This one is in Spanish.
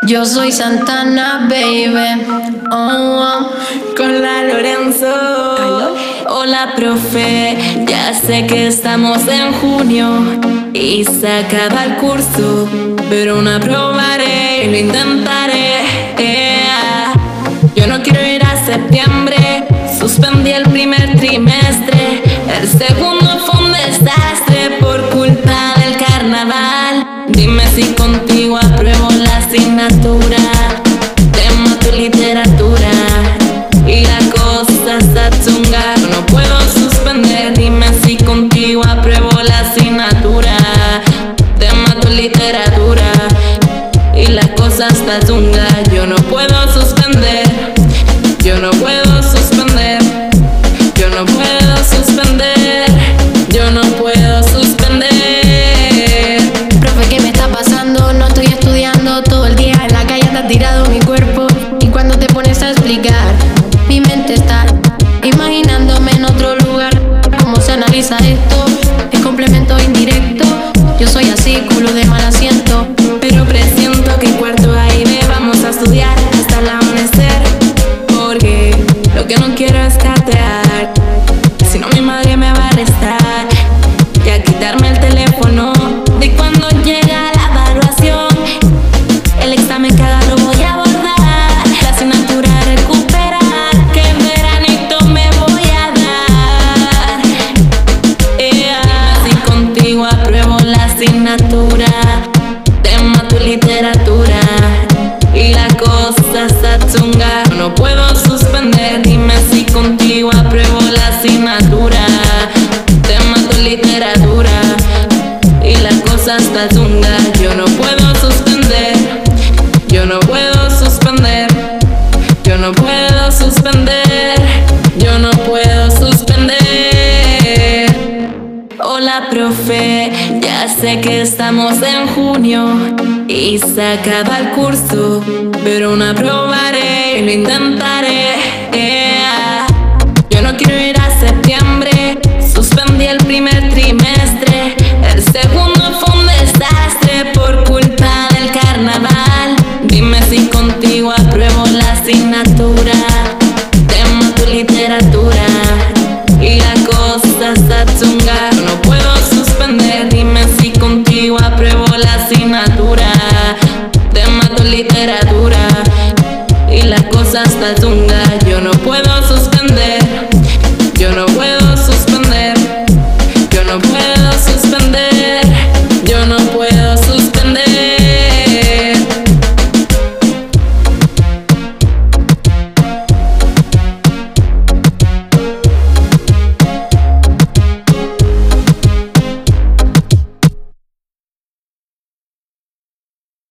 Yo soy Santana, baby. Con la Lorenzo. ¿Aló? Hola, profe. Ya sé que estamos en junio y se acaba el curso, pero no aprobaré y lo intentaré. Yo no quiero ir a septiembre. Suspendí el primer trimestre. El segundo fue un desastre por culpa del carnaval. Dime si contigo apruebo la asignatura. Tema tu literatura y la cosa está chunga. No puedo suspender. Dime si contigo apruebo la asignatura. Tema tu literatura y la cosa está chunga. Yo no puedo suspender. Yo no puedo suspender. Yo no puedo suspender. Yo no puedo suspender. Profe, ¿qué me está pasando? No estoy estudiando. Todo el día en la calle anda tirado mi cuerpo. Y cuando te pones a explicar, mi mente está imaginándome en otro lugar. ¿Cómo se analiza esto? Es complemento indirecto. Yo soy así, culo de mal asiento. Pero presiento que en cuarto A y B vamos a estudiar hasta el amanecer, porque lo que no quiero es catear. Si no, mi madre me va a arrestar y a quitarme el teléfono de cuando llega la evaluación. El examen que haga lo voy a abordar, la asignatura a recuperar, que en veranito me voy a dar. Si contigo apruebo la asignatura, tema tu literatura y la cosa está chunga. No puedo suspender. Dime si contigo apruebo la asignatura. Tema tu literatura y la cosa está chunga. Yo no puedo suspender. Yo no puedo suspender. Yo no puedo suspender. Yo no puedo suspender. Hola, profe. Ya sé que estamos en junio y se acaba el curso, pero no aprobaré y lo intentaré. Yo no quiero ir a septiembre. Suspendí el primer trimestre. El segundo fue un desastre por culpa del carnaval. Dime si contigo apruebo la asignatura. Tema tu literatura y la cosa está chunga. No puedo suspender. Dime si contigo apruebo la asignatura. Tema tu literatura y la cosa está chunga.